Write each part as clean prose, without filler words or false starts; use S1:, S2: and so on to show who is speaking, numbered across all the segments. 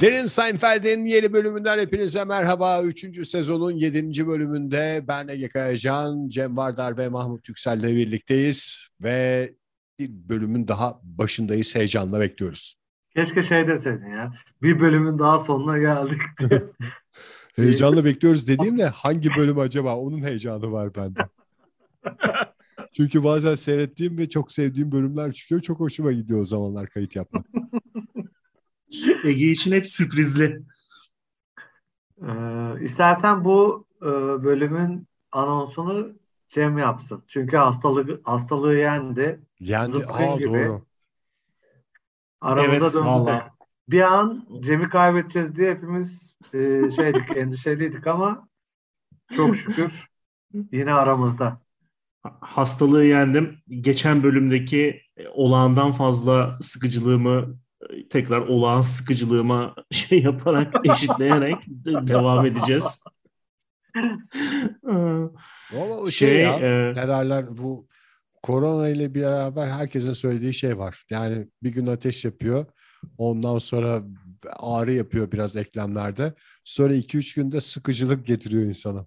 S1: Derin Seinfeld'in yeni bölümünden hepinize merhaba. 3. sezonun 7. bölümünde ben Ege Kayacan, Cem Vardar ve Mahmut Yüksel'le birlikteyiz. Ve bir bölümün daha başındayız. Heyecanla bekliyoruz.
S2: Keşke şey deseydin ya. Bir bölümün daha sonuna geldik diye.
S1: Heyecanla bekliyoruz dediğimde hangi bölüm acaba? Onun heyecanı var bende. Çünkü bazen seyrettiğim ve çok sevdiğim bölümler çıkıyor. Çok hoşuma gidiyor o zamanlar kayıt yapmak.
S3: Ege için hep sürprizli.
S2: İstersen bu bölümün anonsunu Cem yapsın. Çünkü hastalığı yendi.
S1: Yendi.
S2: Zıpkın gibi.
S1: Doğru.
S2: Aramıza
S3: Evet,
S2: döndü
S3: vallahi.
S2: de. Bir an Cem'i kaybedeceğiz diye hepimiz endişeliydik ama çok şükür yine aramızda.
S3: Hastalığı yendim. Geçen bölümdeki olağandan fazla sıkıcılığımı tekrar olağan sıkıcılığıma yaparak eşitleyerek devam edeceğiz.
S1: Ama o
S3: Şey,
S1: ya ne derler, bu korona ile beraber herkesin söylediği şey var. Yani bir gün ateş yapıyor. Ondan sonra ağrı yapıyor biraz eklemlerde. Sonra 2-3 günde sıkıcılık getiriyor insana.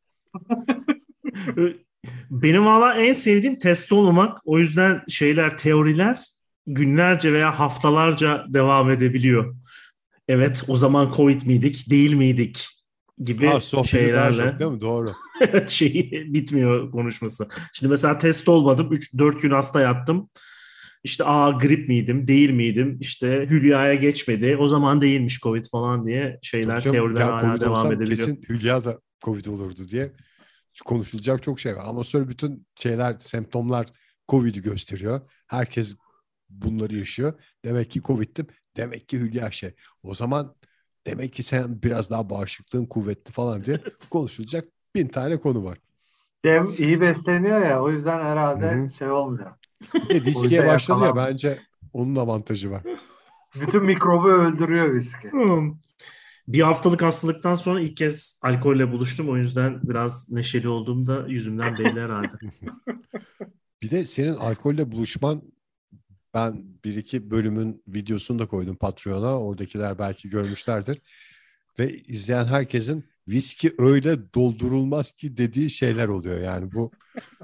S3: Benim valla en sevdiğim test olmak. O yüzden teoriler günlerce veya haftalarca devam edebiliyor. Evet, o zaman Covid miydik, değil miydik gibi
S1: Sohbeti daha
S3: şeylerle.
S1: çok değil mi? Doğru.
S3: Evet, bitmiyor konuşması. Şimdi mesela test olmadım. 3-4 gün hasta yattım. İşte grip miydim, değil miydim? İşte Hülya'ya geçmedi. O zaman değilmiş Covid falan diye teoriler hala
S1: COVID
S3: devam
S1: olsam
S3: edebiliyor.
S1: kesin Hülya da Covid olurdu diye konuşulacak çok şey var. Ama sonra bütün semptomlar Covid'i gösteriyor. Herkes bunları yaşıyor. Demek ki Covid'tim. Demek ki Hülya o zaman demek ki sen biraz daha bağışıklığın kuvvetli falan diye konuşulacak 1000 tane konu var.
S2: Cem iyi besleniyor ya, o yüzden herhalde
S1: Hı-hı.
S2: olmuyor.
S1: Bir de viskiye başladı ya, bence onun avantajı var.
S2: Bütün mikrobu öldürüyor viski.
S3: Bir haftalık hastalıktan sonra ilk kez alkolle buluştum. O yüzden biraz neşeli olduğum da yüzümden belli herhalde.
S1: Bir de senin alkolle buluşman, ben bir iki bölümün videosunu da koydum Patreon'a. Oradakiler belki görmüşlerdir. Ve izleyen herkesin viski öyle doldurulmaz ki dediği şeyler oluyor. Yani bu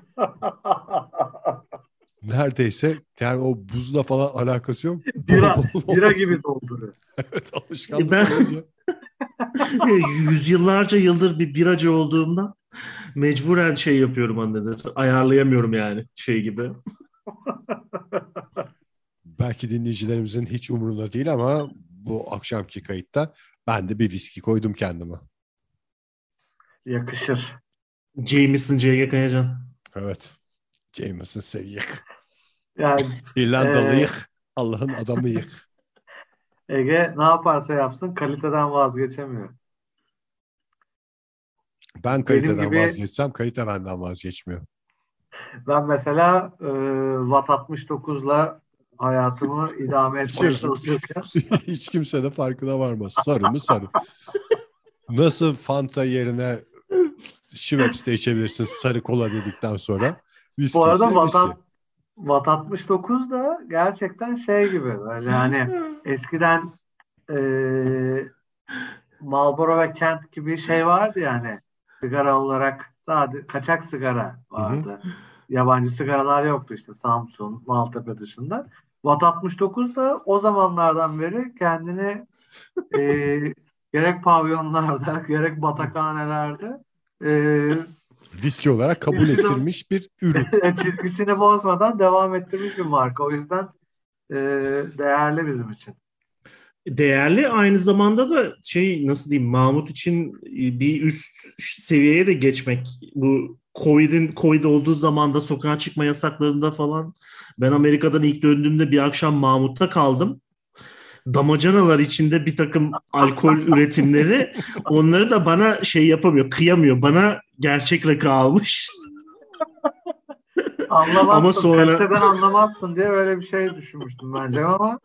S1: neredeyse, yani o buzla falan alakası yok.
S2: Bira gibi dolduruyor.
S1: Evet, alışkanlık.
S3: Ben yüzyıllarca yıldır bir biracı olduğumdan mecburen yapıyorum annedir. Ayarlayamıyorum yani gibi.
S1: Belki dinleyicilerimizin hiç umurunda değil ama bu akşamki kayıtta ben de bir viski koydum kendime.
S2: Yakışır.
S3: Jameson Ege Kayacan.
S1: Evet. Jameson seviyek.
S2: Yani,
S1: İrlandalıyık. Allah'ın adamıyık.
S2: Ege ne yaparsa yapsın kaliteden vazgeçemiyor.
S1: Ben kaliteden vazgeçsem kalite benden vazgeçmiyor.
S2: Ben mesela Watt 69'la hayatımı idame etmeye çalışırken
S1: hiç kimse de farkına varmaz. Sarı mı sarı. Nasıl Fanta yerine Schweppes de içebilirsin sarı kola dedikten sonra.
S2: Bu arada Watt 69 da gerçekten gibi böyle, hani eskiden Marlboro ve Kent gibi vardı yani, sigara olarak sadece kaçak sigara vardı. Hı-hı. Yabancı sigaralar yoktu, işte Samsun, Maltepe dışında. Watt 69 da o zamanlardan beri kendini gerek pavyonlarda gerek batakhanelerde
S1: viski olarak kabul ettirmiş bir ürün.
S2: Çizgisini bozmadan devam ettirmiş bir marka. O yüzden değerli bizim için.
S3: Değerli, aynı zamanda da nasıl diyeyim, Mahmut için bir üst seviyeye de geçmek. Bu Covid olduğu zamanda sokağa çıkma yasaklarında falan, ben Amerika'dan ilk döndüğümde bir akşam Mahmut'ta kaldım. Damacanalar içinde bir takım alkol üretimleri, onları da bana yapamıyor, kıyamıyor. Bana gerçek rakı almış.
S2: Anlamazsın. Ama sonra kaliteden anlamazsın diye öyle bir şey düşünmüştüm bence ama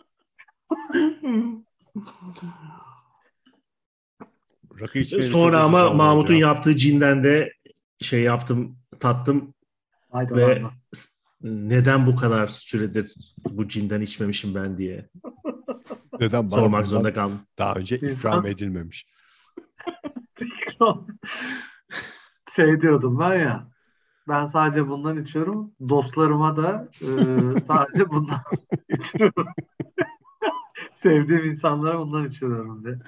S3: sonra ama Mahmut'un yaptığı cinden de tattım.
S2: Haydi
S3: ve anladım. Neden bu kadar süredir bu cinden içmemişim ben diye.
S1: Neden bana
S3: sormak
S1: bunlar
S3: zorunda kaldım.
S1: daha önce ikram edilmemiş?
S2: Şey diyordum ben ya, ben sadece bundan içiyorum. Dostlarıma da sadece bundan içiyorum. Sevdiğim insanlara bundan içiyorum diye.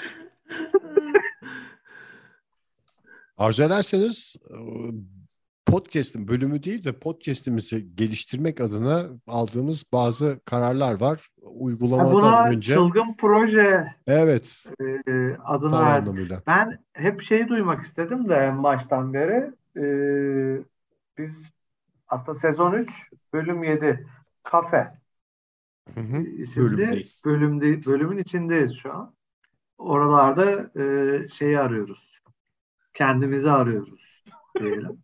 S1: Arzu ederseniz podcast'in bölümü değil de podcast'imizi geliştirmek adına aldığımız bazı kararlar var. Uygulamadan
S2: Buna
S1: önce.
S2: çılgın proje
S1: Evet.
S2: adını
S1: Tam
S2: verdim.
S1: anlamıyla.
S2: Ben hep şeyi duymak istedim de en baştan beri. Biz aslında sezon 3 bölüm 7 Kafe isimli bölümün içindeyiz şu an. Oralarda şeyi arıyoruz. Kendimizi arıyoruz diyelim.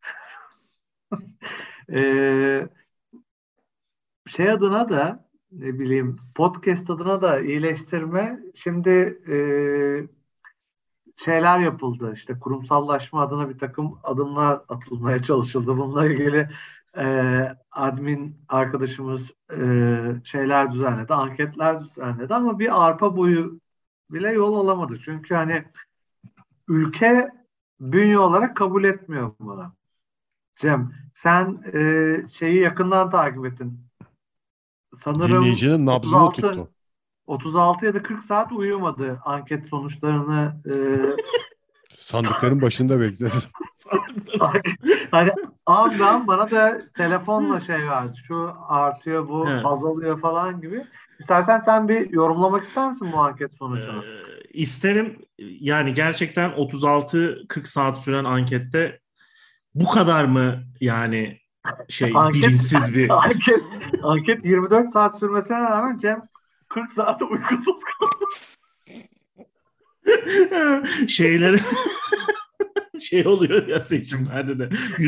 S2: Şey adına da ne bileyim podcast adına da iyileştirme şimdi şeyler yapıldı. İşte kurumsallaşma adına bir takım adımlar atılmaya çalışıldı. Bununla ilgili admin arkadaşımız şeyler düzenledi, anketler düzenledi ama bir arpa boyu bile yol alamadık. Çünkü hani ülke bünye olarak kabul etmiyor bunu. Cem, sen şeyi yakından takip ettin. Sanırım
S1: Dinleyicinin nabzını tuttu.
S2: 36 ya da 40 saat uyumadı anket sonuçlarını.
S1: Sandıkların başında bekledi.
S2: Hani andan bana da telefonla şey verdi. Şu artıyor, bu azalıyor falan gibi. İstersen sen bir yorumlamak ister misin bu anket sonucunu?
S3: İsterim. Yani gerçekten 36-40 saat süren ankette bu kadar mı yani bilinçsiz bir...
S2: Anket 24 saat sürmesine rağmen Cem 40 saat uykusuz kaldı.
S3: Şeyleri oluyor ya seçimlerde de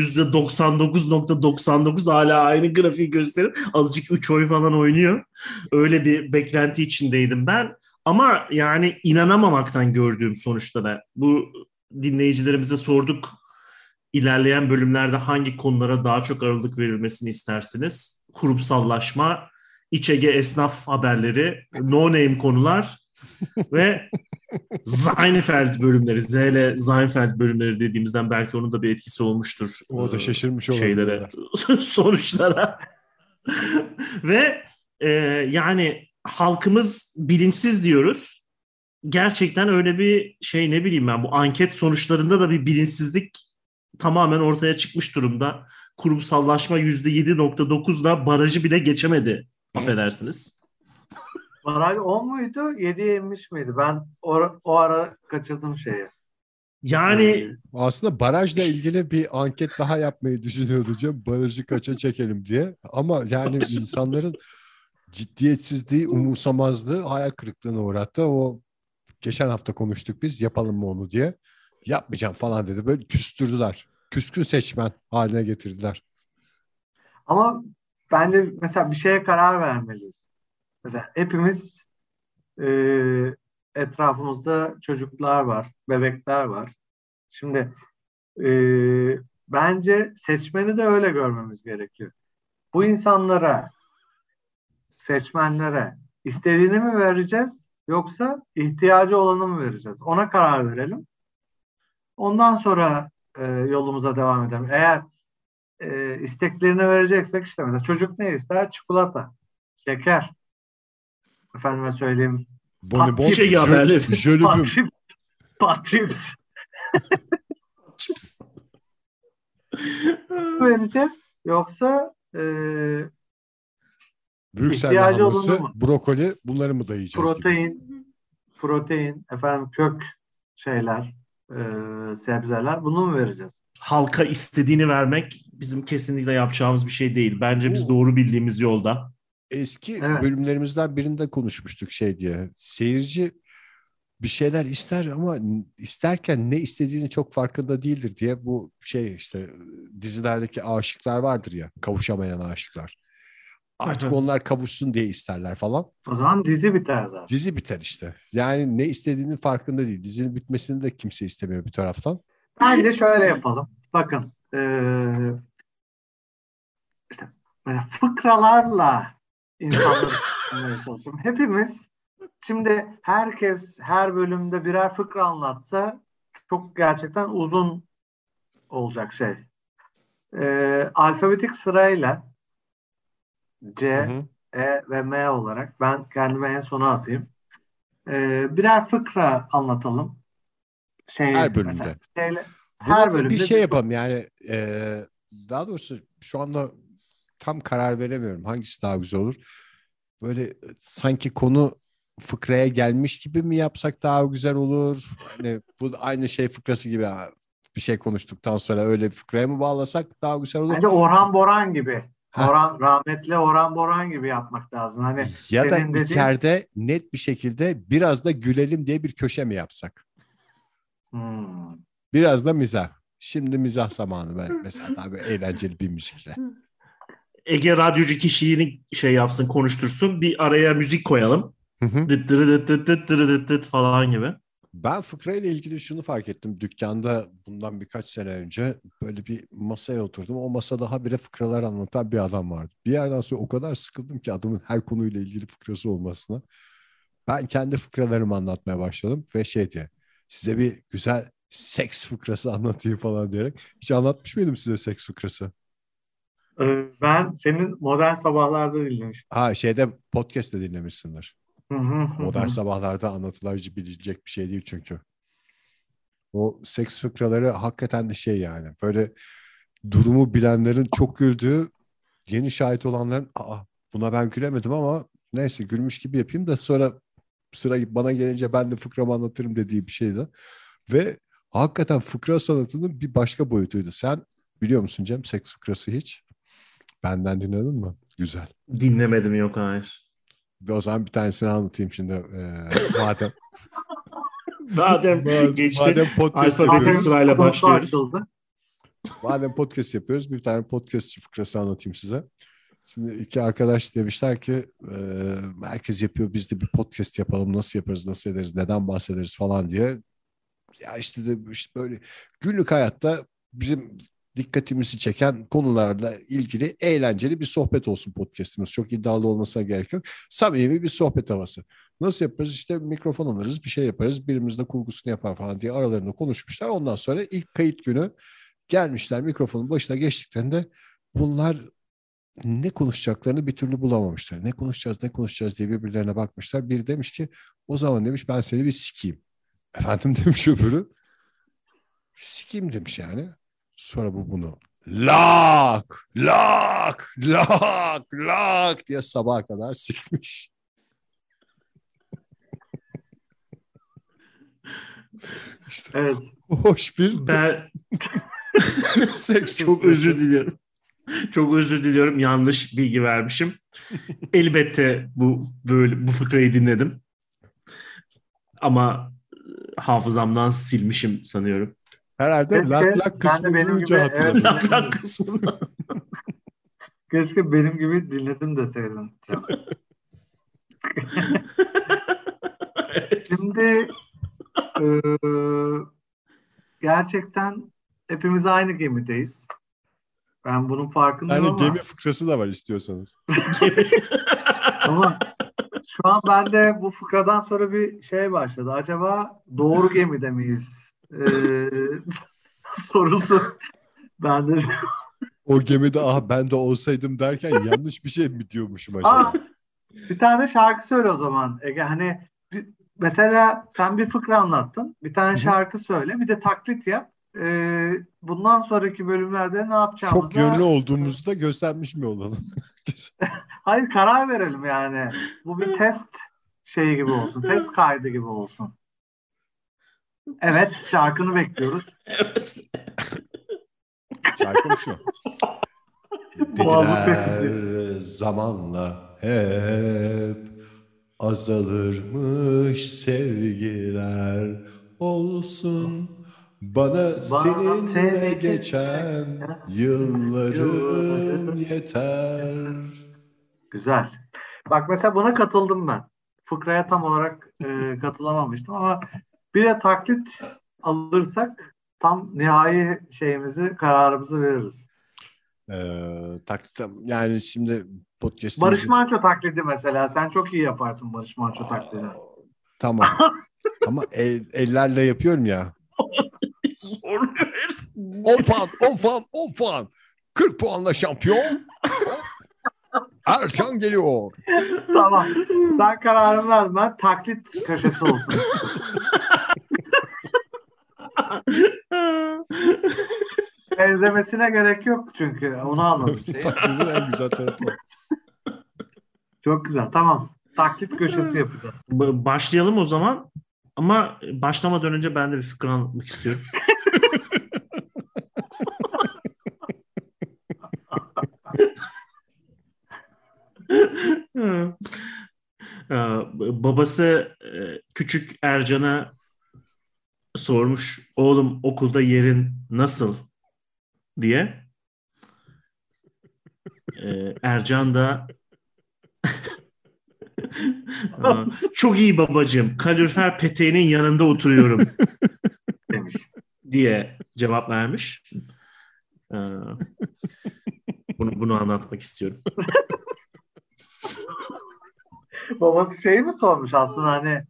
S3: %99.99 hala aynı grafiği gösterip azıcık 3 oy falan oynuyor. Öyle bir beklenti içindeydim ben. Ama yani inanamamaktan gördüğüm sonuçlara. Bu dinleyicilerimize sorduk. İlerleyen bölümlerde hangi konulara daha çok ağırlık verilmesini istersiniz? Kurumsallaşma, İç Ege esnaf haberleri, no name konular ve Seinfeld bölümleri, Z'yle Seinfeld bölümleri dediğimizden belki onun da bir etkisi olmuştur.
S1: O da şaşırmış olabilirler.
S3: Sonuçlara. Ve yani halkımız bilinçsiz diyoruz. Gerçekten öyle bir şey, ne bileyim ben, bu anket sonuçlarında da bir bilinçsizlik tamamen ortaya çıkmış durumda. Kurumsallaşma %7.9'la barajı bile geçemedi. Affedersiniz.
S2: Baraj 10 muydu? 7'ye inmiş miydi? Ben o ara kaçırdım şeyi.
S3: Yani
S1: aslında barajla ilgili bir anket daha yapmayı düşünüyordu Cem. Barajı kaça çekelim diye. Ama yani insanların ciddiyetsizliği, umursamazlığı hayal kırıklığına uğrattı. O geçen hafta konuştuk biz, yapalım mı onu diye. Yapmayacağım falan dedi. Böyle küstürdüler. Küskün seçmen haline getirdiler.
S2: Ama bence mesela bir şeye karar vermeliyiz. Mesela hepimiz etrafımızda çocuklar var, bebekler var. Şimdi bence seçmeni de öyle görmemiz gerekiyor. Bu insanlara, seçmenlere istediğini mi vereceğiz yoksa ihtiyacı olanı mı vereceğiz? Ona karar verelim. Ondan sonra yolumuza devam edelim. Eğer isteklerini vereceksek işte mesela çocuk ne ister? Çikolata, şeker, efendime söyleyeyim,
S1: Bonibon,
S2: Patrips vereceğiz yoksa
S1: Brüksel lahanası, brokoli, bunları mı dayayacağız?
S2: Protein, efendim kök şeyler, sebzeler, bunu mu vereceğiz?
S3: Halka istediğini vermek bizim kesinlikle yapacağımız bir şey değil. Bence biz doğru bildiğimiz yolda.
S1: Eski bölümlerimizden birinde konuşmuştuk şey diye. Seyirci bir şeyler ister ama isterken ne istediğini çok farkında değildir diye, bu şey işte dizilerdeki aşıklar vardır ya, kavuşamayan aşıklar. Artık onlar kavuşsun diye isterler falan.
S2: O zaman dizi biter zaten.
S1: Dizi biter işte. Yani ne istediğinin farkında değil. Dizinin bitmesini de kimse istemiyor bir taraftan.
S2: Bence şöyle yapalım. Bakın işte fıkralarla insanları hepimiz şimdi herkes her bölümde birer fıkra anlatsa çok gerçekten uzun olacak şey. Alfabetik sırayla C,
S1: Hı hı.
S2: E ve M olarak ben kendime en sona atayım. Birer fıkra anlatalım.
S1: Her
S2: Mesela
S1: bölümde.
S2: her
S1: Buna da bir
S2: bölümde
S1: şey
S2: bir
S1: yapalım yani daha doğrusu şu anda tam karar veremiyorum hangisi daha güzel olur. Böyle sanki konu fıkraya gelmiş gibi mi yapsak daha güzel olur? Hani bu aynı şey fıkrası gibi bir şey konuştuktan sonra öyle bir fıkraya mı bağlasak daha güzel olur?
S2: bence Orhan Boran gibi.
S1: Heh.
S2: Rahmetli Orhan Boran gibi yapmak lazım. Hani
S1: Ya da
S2: senin dediğin
S1: içeride net bir şekilde biraz da gülelim diye bir köşe mi yapsak? Biraz da mizah. Şimdi mizah zamanı. Ben mesela tabii eğlenceli bir müzikle.
S3: Ege radyocu kişiliğini şey yapsın, konuştursun. Bir araya müzik koyalım.
S1: Hı hı.
S3: Dıt dırı dıt dıt dıt dırı dıt dıt falan gibi.
S1: Ben fıkra ile ilgili şunu fark ettim. Dükkanda bundan birkaç sene önce böyle bir masaya oturdum. O masada habire fıkralar anlatan bir adam vardı. Bir yerden sonra o kadar sıkıldım ki adamın her konuyla ilgili fıkrası olmasına. Ben kendi fıkralarımı anlatmaya başladım ve şey diye size bir güzel seks fıkrası anlatayım falan diyerek. Hiç anlatmış mıydım size seks fıkrası?
S2: Ben senin Modern Sabahlar'da dinlemiştim.
S1: Şeyde podcast'te dinlemişsindir.
S2: Hı hı hı
S1: Modern
S2: hı.
S1: Sabahlar'da anlatılabilecek bir şey değil çünkü. O seks fıkraları hakikaten de şey yani. Böyle durumu bilenlerin çok güldüğü, yeni şahit olanların buna ben gülemedim ama neyse gülmüş gibi yapayım da sonra sıra bana gelince ben de fıkramı anlatırım dediği bir şeydi. Ve hakikaten fıkra sanatının bir başka boyutuydu. Sen biliyor musun Cem seks fıkrası hiç? Benden dinledin mi? Güzel.
S3: Dinlemedim, yok, hayır.
S1: Ve o zaman bir tanesini anlatayım şimdi. Madem
S3: Madem geçti,
S1: madem podcast
S3: alfabetik
S1: yapıyoruz.
S3: sırayla
S2: Konusu
S3: başlıyoruz.
S2: açıldı.
S1: Madem podcast yapıyoruz bir tane podcastçı fıkrası anlatayım size. Şimdi iki arkadaş demişler ki herkes yapıyor biz de bir podcast yapalım nasıl yaparız nasıl ederiz neden bahsederiz falan diye. Ya işte böyle günlük hayatta bizim dikkatimizi çeken konularla ilgili eğlenceli bir sohbet olsun podcastimiz. Çok iddialı olmasına gerek yok. Samimi bir sohbet havası. Nasıl yaparız? İşte mikrofon alırız, bir şey yaparız. Birimiz de kurgusunu yapar falan diye aralarında konuşmuşlar. Ondan sonra ilk kayıt günü gelmişler mikrofonun başına geçtiklerinde bunlar ne konuşacaklarını bir türlü bulamamışlar. Ne konuşacağız diye birbirlerine bakmışlar. Biri demiş ki o zaman demiş ben seni bir sikeyim. Efendim demiş öbürü. Sikeyim demiş yani. Sonra bu bunu lak lak lak lak diye sabaha kadar sikmiş. İşte
S2: Evet.
S1: hoş bir
S3: Ben
S1: seks
S3: çok özür diliyorum. Çok özür diliyorum. Yanlış bilgi vermişim. Elbette bu fıkrayı dinledim. Ama hafızamdan silmişim sanıyorum.
S1: Herhalde
S2: Keşke
S1: lak lak
S2: sen de
S1: kısmını
S2: benim
S1: duyunca
S2: gibi, evet,
S1: hatırladım.
S3: Lak lak kısmında.
S2: keşke benim gibi dinledim deseydin Cem.
S3: Evet.
S2: Şimdi gerçekten hepimiz aynı gemideyiz. Ben bunun farkındayım
S1: Yani
S2: ama
S1: gemi fıkrası da var istiyorsanız.
S2: ama şu an bende bu fıkradan sonra bir şey başladı. Acaba doğru gemide miyiz? Sorusu bende.
S1: O gemide ben de olsaydım derken yanlış bir şey mi diyormuşum acaba?
S2: Bir tane şarkı söyle o zaman Ege. Hani mesela sen bir fıkra anlattın. Bir tane şarkı söyle. Bir de taklit yap. Bundan sonraki bölümlerde ne
S1: Çok yönlü
S2: yapacağımıza
S1: olduğumuzu da göstermiş mi olalım?
S2: hayır, karar verelim yani. Bu bir test şeyi gibi olsun. Test kaydı gibi olsun. Evet, şarkını bekliyoruz.
S3: Evet.
S1: Şarkım şu.
S2: Boğazım
S1: Dediler zamanla hep azalırmış sevgiler olsun. Bana seninle geçen yılların yeter.
S2: Güzel. Bak mesela buna katıldım ben. Fıkraya tam olarak katılamamıştım ama bir de taklit alırsak tam nihai şeyimizi, kararımızı veririz.
S1: Taklit yani şimdi
S2: Barış
S1: podcast'imizin
S2: Manço taklidi mesela. Sen çok iyi yaparsın Barış Manço taklidi.
S1: Tamam. Ama ellerle yapıyorum ya.
S3: Zorluyor.
S1: 10 puan, 10 puan, 10 puan. 40 puanla şampiyon. Ercan geliyor.
S2: Tamam. Sen kararını ver. Ben taklit köşesi olsun. Benzemesine gerek yok çünkü. Onu anladım.
S1: Taklitin en güzel tarafı.
S2: Çok güzel. Tamam. Taklit köşesi yapacağız.
S3: Başlayalım o zaman. Ama başlamadan önce ben de bir fıkra anlatmak istiyorum. Babası küçük Ercan'a sormuş, oğlum okulda yerin nasıl diye. Ercan da çok iyi babacığım, kalorifer peteğinin yanında oturuyorum
S2: Demiş.
S3: diye cevap vermiş. Bunu anlatmak istiyorum.
S2: Babası şeyi mi sormuş aslında hani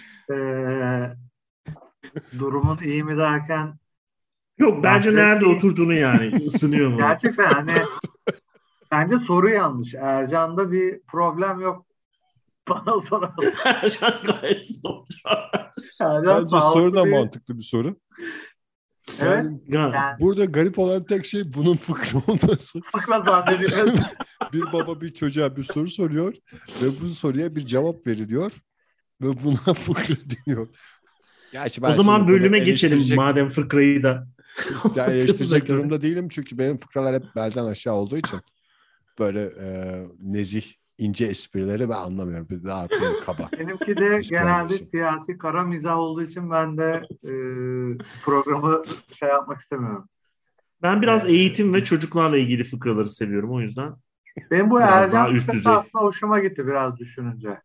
S2: durumun iyi mi derken
S3: Yok bence nerede oturduğunu yani ısınıyor mu?
S2: gerçekten hani bence soru yanlış. Ercan'da bir problem yok. Bana soralım.
S3: Ercan gayet
S2: Ercan
S1: Bence soru da
S2: bir...
S1: mantıklı bir soru.
S2: Evet.
S1: Yani burada garip olan tek şey bunun fıkra olması.
S2: Fıkra zannediyoruz.
S1: Bir baba bir çocuğa bir soru soruyor ve bu soruya bir cevap veriliyor ve buna fıkra deniyor. Gerçi
S3: o zaman bölüme geçelim madem fıkrayı da.
S1: Yani eleştirecek durumda değilim çünkü benim fıkralar hep belden aşağı olduğu için böyle nezih, ince esprileri ben anlamıyorum. Bir daha kaba.
S2: Benimki de genelde siyasi kara mizah olduğu için ben de programı şey yapmak istemiyorum.
S3: Ben biraz eğitim ve çocuklarla ilgili fıkraları seviyorum o yüzden.
S2: Benim bu
S3: biraz
S2: Ercan aslında hoşuma gitti biraz düşününce.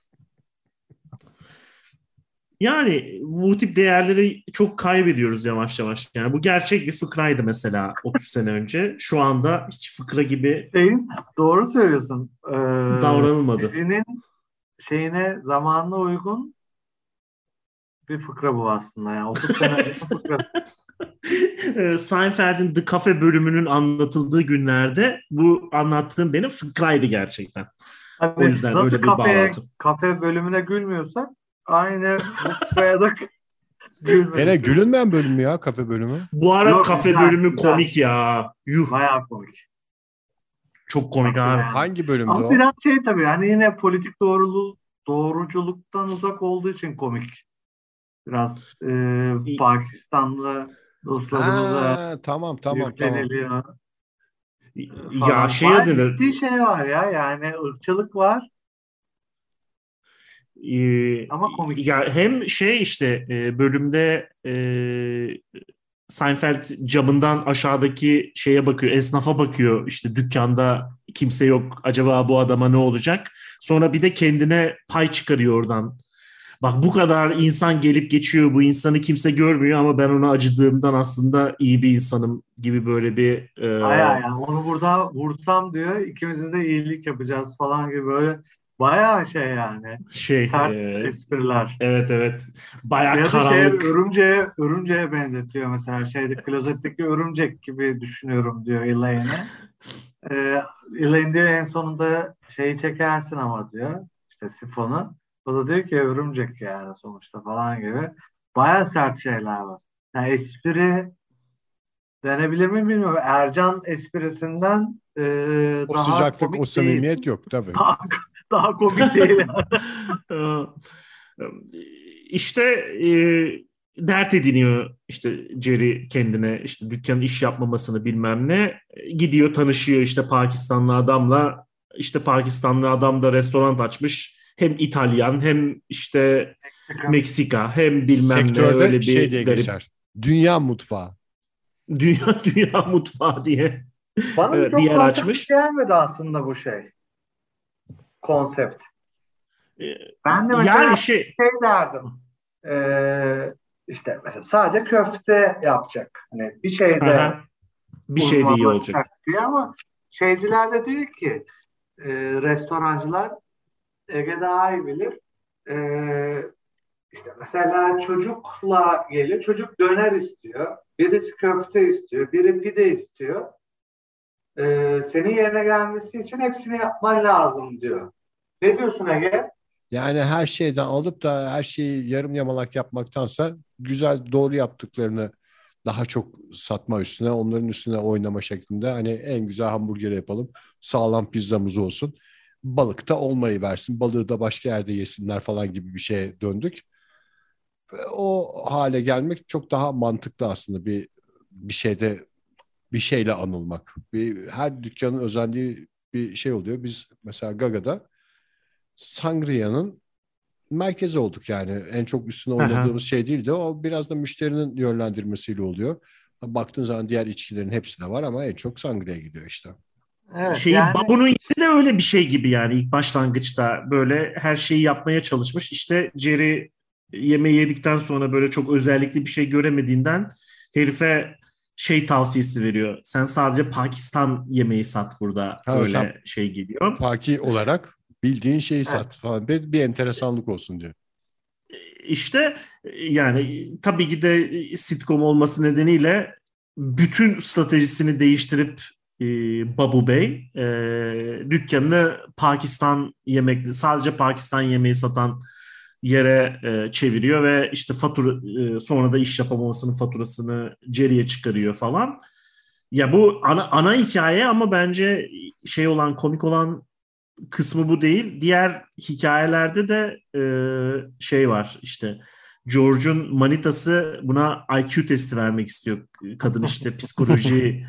S3: Yani bu tip değerleri çok kaybediyoruz yavaş yavaş. Yani bu gerçek bir fıkraydı mesela 30 sene önce. Şu anda hiç fıkra gibi
S2: doğru söylüyorsun.
S3: Davranılmadı.
S2: Dizinin zamanına uygun bir fıkra bu aslında. Yani 30 sene önce fıkra.
S3: Seinfeld'in The Cafe bölümünün anlatıldığı günlerde bu anlattığım benim fıkraydı gerçekten.
S2: Hani
S3: o yüzden öyle bir bağlantı.
S2: Kafe bölümüne gülmüyorsak aynı fıkraya da gülmedik.
S1: Yine gülünmeyen bölüm mü ya kafe bölümü?
S3: Bu ara kafe bölümü komik ya. Yuh.
S2: Bayağı komik.
S3: Çok komik abi.
S1: Hangi bölümde
S2: ama
S1: o?
S2: biraz tabii hani yine politik doğruculuktan uzak olduğu için komik. Biraz Pakistanlı dostlarımıza
S1: tamam.
S2: yükleniliyor.
S3: Ya
S2: ciddi şey var ya yani ırkçılık var. Ama komik.
S3: Ya hem işte bölümde Seinfeld camından aşağıdaki şeye bakıyor, esnafa bakıyor. İşte dükkanda kimse yok. Acaba bu adama ne olacak? Sonra bir de kendine pay çıkarıyor oradan. Bak bu kadar insan gelip geçiyor. Bu insanı kimse görmüyor ama ben ona acıdığımdan aslında iyi bir insanım gibi böyle bir...
S2: yani onu burada vursam diyor. İkimizin de iyilik yapacağız falan gibi böyle bayağı yani. Sert espriler.
S3: Evet. Bayağı
S2: ya
S3: karanlık.
S2: örümceğe benzetiyor mesela. Klozetteki örümcek gibi düşünüyorum diyor Elaine'e. Elaine diyor en sonunda çekersin ama diyor. İşte sifonu. O da diyor ki örümcek yani sonuçta falan gibi. Bayağı sert şeyler var. Yani espri denebilir mi bilmiyorum. Ercan esprisinden
S1: o
S2: daha
S1: sıcaklık, o samimiyet değil. Yok tabii.
S2: Daha komik değil.
S3: İşte dert ediniyor işte Jerry kendine işte dükkanın iş yapmamasını bilmem ne. Gidiyor tanışıyor işte Pakistanlı adamla. İşte Pakistanlı adam da restoran açmış. Hem İtalyan hem işte Meksika hem bilmem
S1: sektörde
S3: ne öyle bir
S1: şey diye
S3: garip.
S1: geçer. Dünya mutfağı.
S3: Dünya mutfağı diye
S2: bana çok
S3: bir yer açmış.
S2: gelmedi aslında bu konsept. Ben de mesela
S3: yani
S2: derdim. İşte mesela sadece köfte yapacak. Hani bir şeyde
S3: iyi olacak
S2: diye ama şeyciler de diyor ki restorancılar Ege daha iyi bilir. İşte mesela çocukla geliyor. Çocuk döner istiyor. Birisi köfte istiyor. Biri pide istiyor. Senin yerine gelmesi için hepsini yapman lazım diyor. Ne diyorsun Ege?
S1: Yani her şeyden alıp da her şeyi yarım yamalak yapmaktansa güzel doğru yaptıklarını daha çok satma üstüne, onların üstüne oynama şeklinde hani en güzel hamburgeri yapalım, sağlam pizzamız olsun. Balık da olmayı versin, balığı da başka yerde yesinler falan gibi bir şeye döndük. Ve o hale gelmek çok daha mantıklı aslında bir şeyde bir şeyle anılmak. Her dükkanın özendiği bir şey oluyor. Biz mesela Gaga'da Sangria'nın merkezi olduk yani. En çok üstüne oynadığımız şey değildi. O biraz da müşterinin yönlendirmesiyle oluyor. Baktığın zaman diğer içkilerin hepsi de var ama en çok Sangria gidiyor işte.
S2: Evet, yani...
S3: Babu'nun yeri de öyle bir şey gibi yani ilk başlangıçta böyle her şeyi yapmaya çalışmış. İşte Jerry yemeği yedikten sonra böyle çok özellikli bir şey göremediğinden herife tavsiyesi veriyor. Sen sadece Pakistan yemeği sat burada. Öyle şey geliyor.
S1: Paki olarak bildiğin şeyi sat falan. Bir enteresanlık olsun diyor.
S3: İşte yani tabii ki de sitcom olması nedeniyle bütün stratejisini değiştirip Babu Bey dükkanını Pakistan yemekli, sadece Pakistan yemeği satan yere çeviriyor ve işte sonra da iş yapamamasının faturasını Jerry'e çıkarıyor falan. Ya bu ana hikaye ama bence komik olan kısmı bu değil. Diğer hikayelerde de var işte George'un manitası buna IQ testi vermek istiyor. Kadın işte psikoloji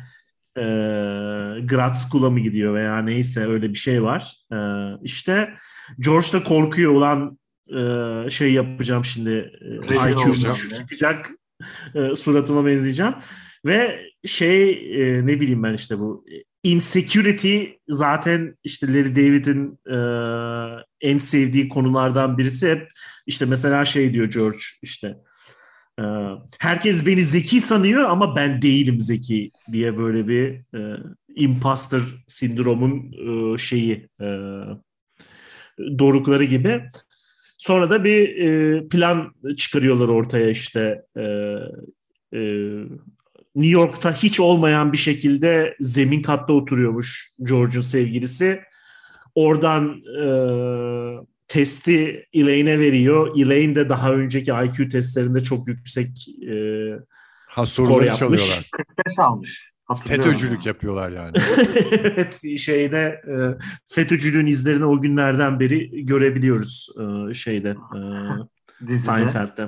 S3: grad school'a mı gidiyor veya neyse öyle bir şey var. İşte George da korkuyor ulan yapacağım şimdi IQ çıkacak suratıma benzeyeceğim ve ne bileyim ben işte bu insecurity zaten işte Larry David'in en sevdiği konulardan birisi hep işte mesela diyor George işte herkes beni zeki sanıyor ama ben değilim zeki diye böyle bir imposter sindromun dorukları gibi. Sonra da bir plan çıkarıyorlar ortaya işte New York'ta hiç olmayan bir şekilde zemin katta oturuyormuş George'un sevgilisi. Oradan testi Elaine'e veriyor. Elaine de daha önceki IQ testlerinde çok yüksek skor yapmış.
S2: 45 almış.
S1: FETÖ'cülük yapıyorlar yani.
S3: Evet, FETÖ'cülüğün izlerini o günlerden beri görebiliyoruz Seinfeld'de.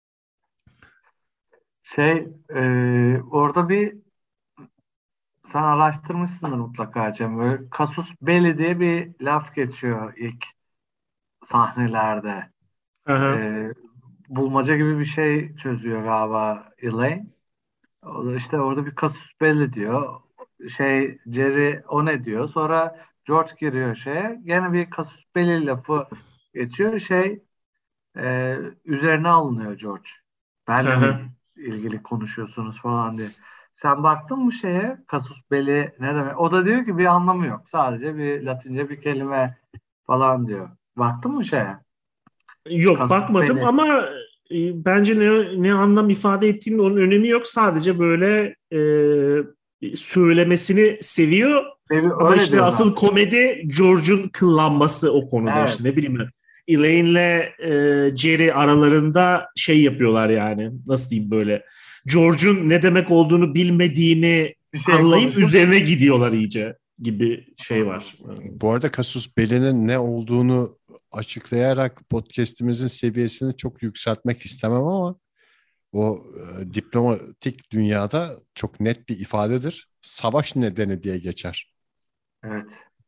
S2: Orada sen araştırmışsındır mutlaka Cem. Böyle casus belli diye bir laf geçiyor ilk sahnelerde. Bulmaca gibi bir şey çözüyor galiba Elaine. İşte orada bir casus belli diyor. Jerry o ne diyor. Sonra George giriyor gene bir casus belli lafı geçiyor. Üzerine alınıyor George. Benle ilgili konuşuyorsunuz falan diye. Sen baktın mı casus belli ne demek? O da diyor ki bir anlamı yok. Sadece bir Latince bir kelime falan diyor. Baktın mı
S3: Yok casus bakmadım belli. Ama bence ne anlam ifade ettiğinin onun önemi yok. Sadece böyle söylemesini seviyor. Ama işte asıl komedi George'un kıllanması o konuda. Evet. İşte ne bileyim ben. Elaine'le Jerry aralarında yapıyorlar yani. Nasıl diyeyim böyle. George'un ne demek olduğunu bilmediğini anlayıp üzerine gidiyorlar iyice gibi var.
S1: Bu arada casus belli'nin ne olduğunu açıklayarak podcast'imizin seviyesini çok yükseltmek istemem ama o diplomatik dünyada çok net bir ifadedir. Savaş nedeni diye geçer.
S2: Evet.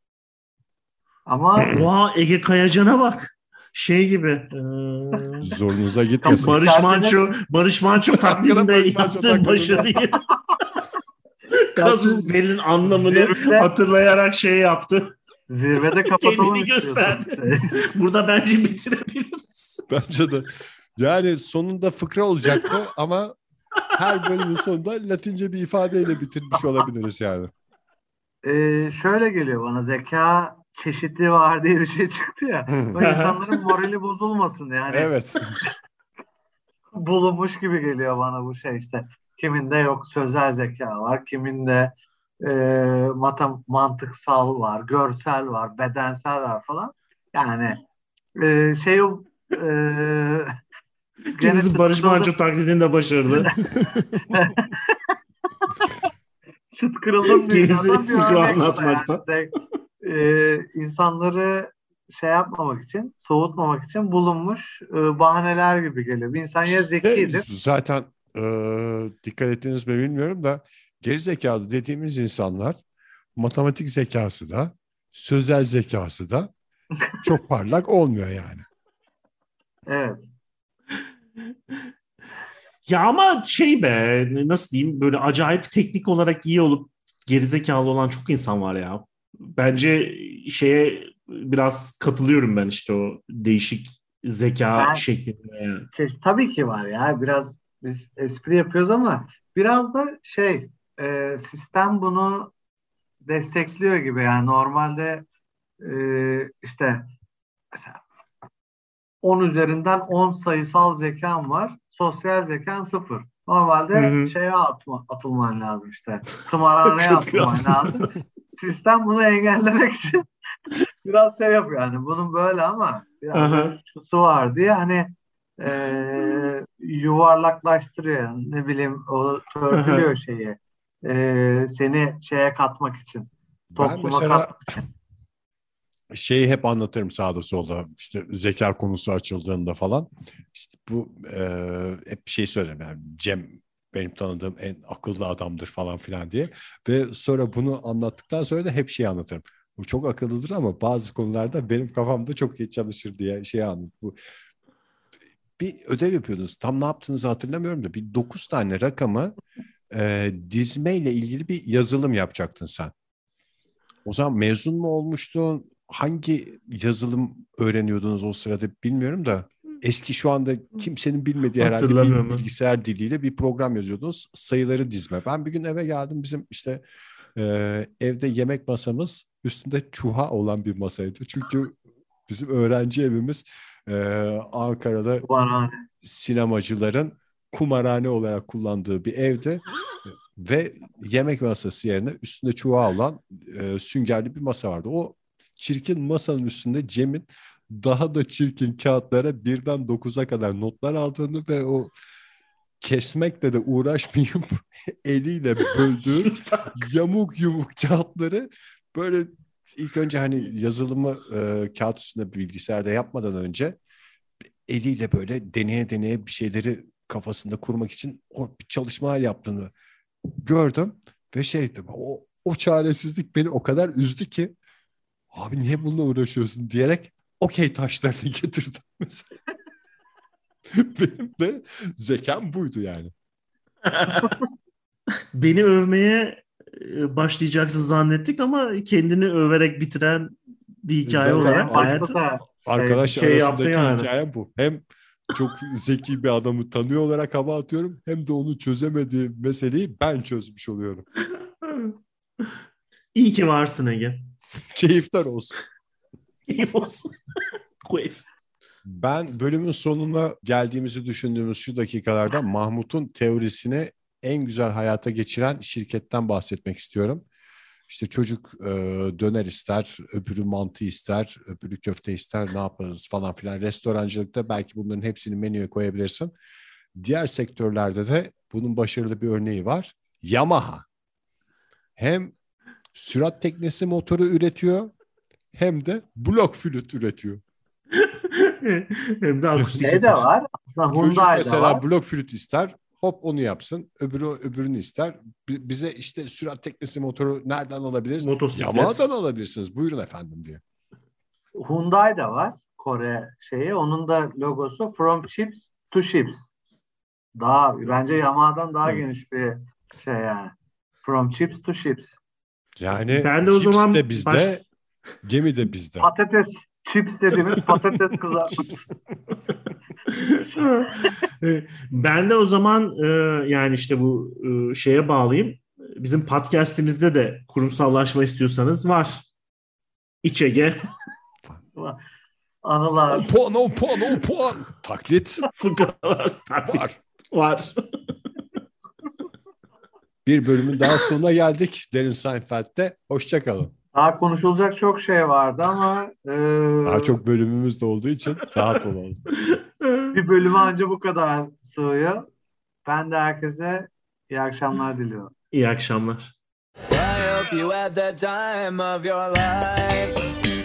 S2: Ama
S3: Ege Kayacan'a bak. Gibi.
S1: Zorunuza gitmesin.
S3: Barış Manço taklidinde yaptığı başarıyı casus belli'nin anlamını hatırlayarak yaptı.
S2: Zirvede kapatalım.
S3: Kendini gösterdi. Burada bence bitirebiliriz.
S1: Bence de. Yani sonunda fıkra olacaktı ama her bölümün sonunda Latince bir ifadeyle bitirmiş olabiliriz yani.
S2: Şöyle geliyor bana, zeka çeşitli var diye bir şey çıktı ya. O insanların morali bozulmasın yani.
S1: Evet.
S2: bulunmuş gibi geliyor bana bu şey işte. Kiminde yok sözel zeka var, kiminde mantıksal var, görsel var, bedensel var falan. Yani şey gene
S3: Kimisi Barış Manço taklidinde başarılı.
S2: çıt kırıldım
S3: Kimisi
S2: dünyadan bir
S3: fıkra
S2: örnek bu da yani.
S3: anlatmakta.
S2: İnsanları şey yapmamak için, soğutmamak için bulunmuş bahaneler gibi geliyor. Bir insan ya zekidir.
S1: Zaten dikkat ettiniz mi bilmiyorum da geri zekalı dediğimiz insanlar matematik zekası da sözel zekası da çok parlak olmuyor yani.
S2: Evet.
S3: Ya ama şey be, nasıl diyeyim, böyle acayip teknik olarak iyi olup gerizekalı olan çok insan var ya. Bence şeye biraz katılıyorum ben, işte o değişik zeka
S2: Ben
S3: şeklinde yani.
S2: tabii ki var ya. Biraz biz espri yapıyoruz ama biraz da sistem bunu destekliyor gibi. Yani normalde işte mesela 10 üzerinden 10 sayısal zekan var. Sosyal zekan 0.
S3: Hı
S2: Normalde
S3: hı.
S2: şeye atılman lazım işte. Tımarhaneye
S3: Köprü
S2: atılman lazım.
S3: atmaz.
S2: Sistem bunu engellemek için biraz şey yapıyor. Yani bunun böyle ama biraz da
S3: Aha.
S2: şusu var diye hani yuvarlaklaştırıyor. Yani ne bileyim o
S3: Aha.
S2: törpülüyor şeyi. Seni şeye katmak için.
S1: Ben
S2: Topluma
S1: mesela
S2: katmak için.
S1: şeyi hep anlatırım sağda solda işte zeka konusu açıldığında falan. İşte bu hep bir şey söylerim yani Cem benim tanıdığım en akıllı adamdır falan filan diye. Ve sonra bunu anlattıktan sonra da hep şey anlatırım. Bu çok akıllıdır ama bazı konularda benim kafamda çok iyi çalışır diye şey anlat. Bu bir ödev yapıyordunuz. Tam ne yaptığınızı hatırlamıyorum da bir 9 tane rakamı dizmeyle ilgili bir yazılım yapacaktın sen. O zaman mezun mu olmuştun? Hangi yazılım öğreniyordunuz o sırada bilmiyorum da eski şu anda kimsenin bilmediği herhalde bir
S3: Hatırlamıyorum ben.
S1: bilgisayar diliyle bir program yazıyordunuz. Sayıları dizme. Ben bir gün eve geldim bizim işte evde yemek masamız üstünde çuha olan bir masaydı. Çünkü bizim öğrenci evimiz e, Ankara'da
S2: Kumarhane.
S1: sinemacıların kumarhane olarak kullandığı bir evde ve yemek masası yerine üstünde çuval olan süngerli bir masa vardı. O çirkin masanın üstünde Cem'in daha da çirkin kağıtlara birden 9'a kadar notlar aldığını ve o kesmekle de uğraşmayıp eliyle böldüğü yamuk yumuk kağıtları böyle ilk önce hani yazılımı kağıt üstünde bilgisayarda yapmadan önce eliyle böyle deneye deneye bir şeyleri kafasında kurmak için bir çalışmalar yaptığını gördüm ve şeydim o çaresizlik beni o kadar üzdü ki abi niye bununla uğraşıyorsun diyerek okey taşlarını getirdim mesela. Benim de zekam buydu yani.
S3: Beni övmeye başlayacaksın zannettik ama kendini överek bitiren bir hikaye
S1: Zaten
S3: olarak
S2: En başta
S3: gayet
S2: da
S1: arkadaş
S3: şey yaptı
S1: arasındaki
S3: yani.
S1: hikaye bu. Hem çok zeki bir adamı tanıyor olarak hava atıyorum hem de onu çözemediği meseleyi ben çözmüş oluyorum.
S3: İyi ki varsın Ege.
S1: Keyifler olsun.
S3: İyi olsun. Keyif.
S1: Ben bölümün sonuna geldiğimizi düşündüğümüz şu dakikalarda Mahmut'un teorisini en güzel hayata geçiren şirketten bahsetmek istiyorum. İşte çocuk döner ister, öbürü mantı ister, öbürü köfte ister, ne yaparız falan filan. Restorancılıkta belki bunların hepsini menüye koyabilirsin. Diğer sektörlerde de bunun başarılı bir örneği var. Yamaha. Hem sürat teknesi motoru üretiyor hem de blok flüt üretiyor.
S3: Hem de akustik
S2: şey de
S3: gitar.
S2: var. Aslında
S1: Çocuk
S2: Hyundai de var.
S1: mesela blok flüt ister. Hop onu yapsın. Öbürünü ister. Bize işte sürat teknesi motoru nereden alabiliriz?
S3: Motosiklet.
S1: Yamaha'dan alabilirsiniz. Buyurun efendim diye.
S2: Hyundai de var. Kore şeyi. Onun da logosu From Chips to Ships. Daha bence Yamaha'dan daha geniş bir şey yani. From Chips to Ships.
S1: Yani
S3: Ben de o
S1: chips
S3: zaman
S1: de bizde, gemi de bizde.
S2: Patates. Chips dediğimiz patates kızartması.
S3: Ben de o zaman yani işte bu şeye bağlayayım. Bizim podcast'imizde de kurumsallaşma istiyorsanız var. İç Ege.
S2: Anılar.
S1: 10 puan, 10 puan, 10 puan. Taklit
S3: Fıkralar var.
S1: Bir bölümün daha sonuna geldik. Derin Seinfeld'de. Hoşça kalın.
S2: Daha konuşulacak çok şey vardı ama
S1: Daha çok bölümümüz de olduğu için rahat olalım.
S2: bir bölümü anca bu kadar sığıyor. Ben de herkese iyi akşamlar diliyorum.
S3: İyi akşamlar.
S4: I hope you had the time of your life.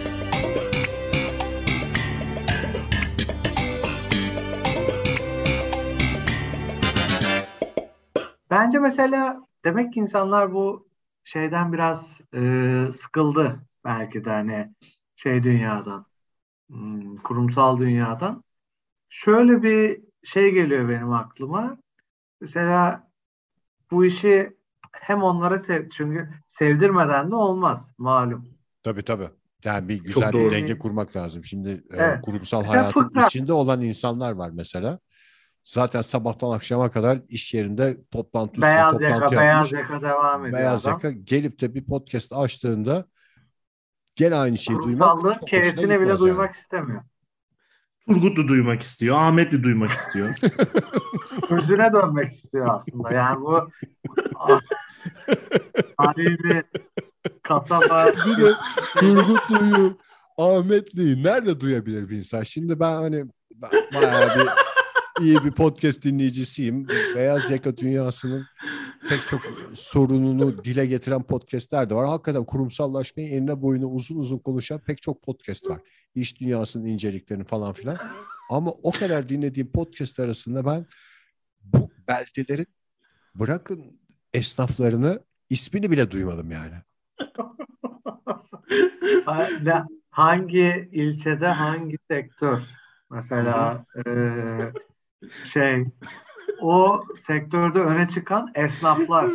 S2: Bence mesela demek ki insanlar bu şeyden biraz sıkıldı belki de hani dünyadan, kurumsal dünyadan. Şöyle bir şey geliyor benim aklıma. Mesela bu işi hem onlara çünkü sevdirmeden de olmaz malum.
S1: Tabii. Yani bir güzel
S3: Çok
S1: bir
S3: doğru.
S1: denge kurmak lazım. Şimdi
S2: Evet.
S1: kurumsal
S2: Mesela
S1: hayatın
S2: fıkra.
S1: içinde olan insanlar var mesela. Zaten sabahtan akşama kadar iş yerinde toplantı üstüne
S2: Beyaz
S1: toplantı
S2: yaka,
S1: yapmış.
S2: beyaz yaka devam ediyor
S1: Beyaz
S2: adam.
S1: yaka gelip de bir podcast açtığında gene aynı şeyi duymak
S2: Kurumsallığın
S1: çok hoşuna
S2: keresini bile
S1: gitmez
S2: duymak istemiyor.
S3: Turgut'u duymak istiyor. Ahmet'i duymak istiyor.
S2: Özüne dönmek istiyor aslında. Yani bu bir kasaba.
S1: Bir de Turgutlu'yu, Ahmetli'yi nerede duyabilir bir insan? Şimdi ben hani bayağı iyi bir podcast dinleyicisiyim. Beyaz yaka dünyasının pek çok sorununu dile getiren podcastler de var. Hakikaten kurumsallaşmayı enine boyuna uzun uzun konuşan pek çok podcast var. İş dünyasının inceliklerini falan filan. Ama o kadar dinlediğim podcast arasında ben bu beldelerin bırakın esnaflarını ismini bile duymadım yani.
S2: Hangi ilçede hangi sektör mesela o sektörde öne çıkan esnaflar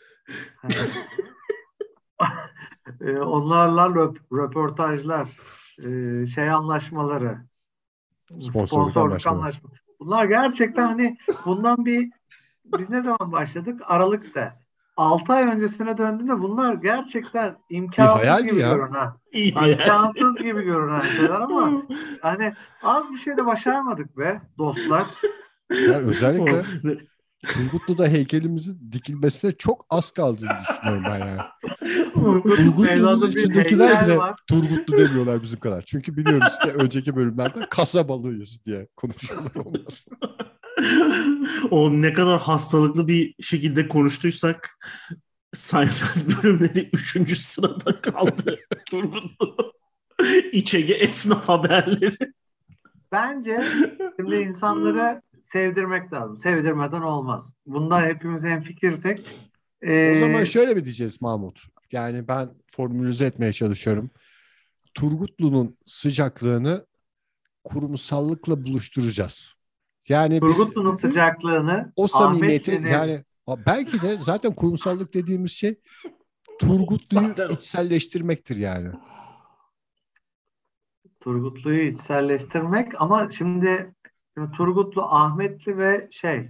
S2: onlarla röportajlar anlaşmaları
S1: Sponsorluk anlaşmaları.
S2: Bunlar gerçekten hani biz ne zaman başladık? Aralık'ta. 6 ay öncesine döndüğümde bunlar gerçekten imkansız gibi görünen. İmkansız gibi görünen şeyler ama hani az bir şey de başarmadık be dostlar.
S1: Ya özellikle Turgutlu'da heykelimizin dikilmesine çok az kaldığını düşünüyorum ben yani. Turgutlu'nun içindekiler bile Turgutlu demiyorlar bizim kadar. Çünkü biliyoruz ki önceki bölümlerde kasabalıyız diye konuşuyorlar olmaz.
S3: O ne kadar hastalıklı bir şekilde konuştuysak Seinfeld bölümleri 3. sırada kaldı. Turgutlu. İç Ege esnaf haberleri.
S2: Bence şimdi insanları sevdirmek lazım. Sevdirmeden olmaz. Bunda hepimiz hemfikirsek.
S1: O zaman şöyle mi diyeceğiz Mahmut? Yani ben formülize etmeye çalışıyorum. Turgutlu'nun sıcaklığını kurumsallıkla buluşturacağız. Yani
S2: Turgutlu'nun sıcaklığını,
S1: o samimiyeti yani belki de zaten kurumsallık dediğimiz şey Turgutlu'yu içselleştirmektir yani.
S2: Turgutlu'yu içselleştirmek ama şimdi Turgutlu, Ahmetli ve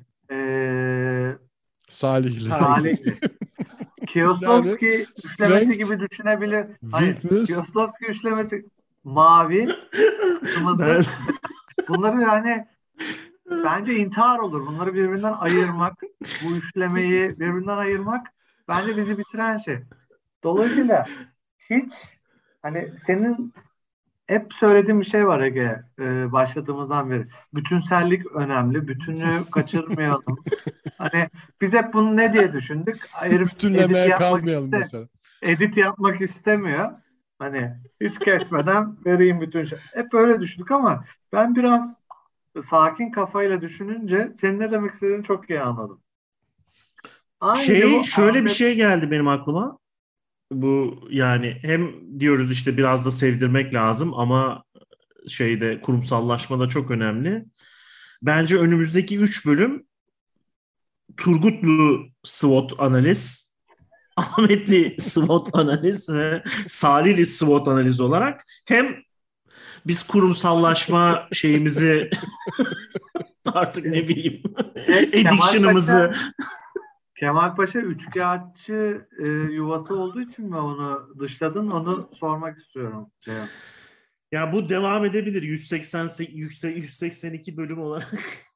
S2: Salihli. Kiyoslovski üçlemesi gibi düşünebilir. Kiyoslovski üçlemesi mavi, kırmızı. Bunları yani bence intihar olur. Bunları birbirinden ayırmak, bu üçlemeyi birbirinden ayırmak bence bizi bitiren şey. Dolayısıyla hiç hani senin hep söylediğim bir şey var Ege, başladığımızdan beri. Bütünsellik önemli. Bütünlüğü kaçırmayalım. Hani biz hep bunu ne diye düşündük?
S1: Bütünlemeye kalmayalım mesela.
S2: Edit yapmak istemiyor. Hani hiç kesmeden vereyim bütün şey. Hep öyle düşündük ama ben biraz sakin kafayla düşününce senin ne demek istediğini çok iyi anladım.
S3: Şöyle bir şey geldi benim aklıma. Bu yani hem diyoruz işte biraz da sevdirmek lazım ama kurumsallaşma da çok önemli. Bence önümüzdeki 3 bölüm Turgutlu SWOT analiz, Ahmetli SWOT analiz ve Salihli SWOT analiz olarak hem biz kurumsallaşma şeyimizi artık ne bileyim addiction'ımızı
S2: Kemal Paşa üçkağıtçı yuvası olduğu için mi onu dışladın? Onu sormak istiyorum.
S3: Ya bu devam edebilir 182 bölüm olarak.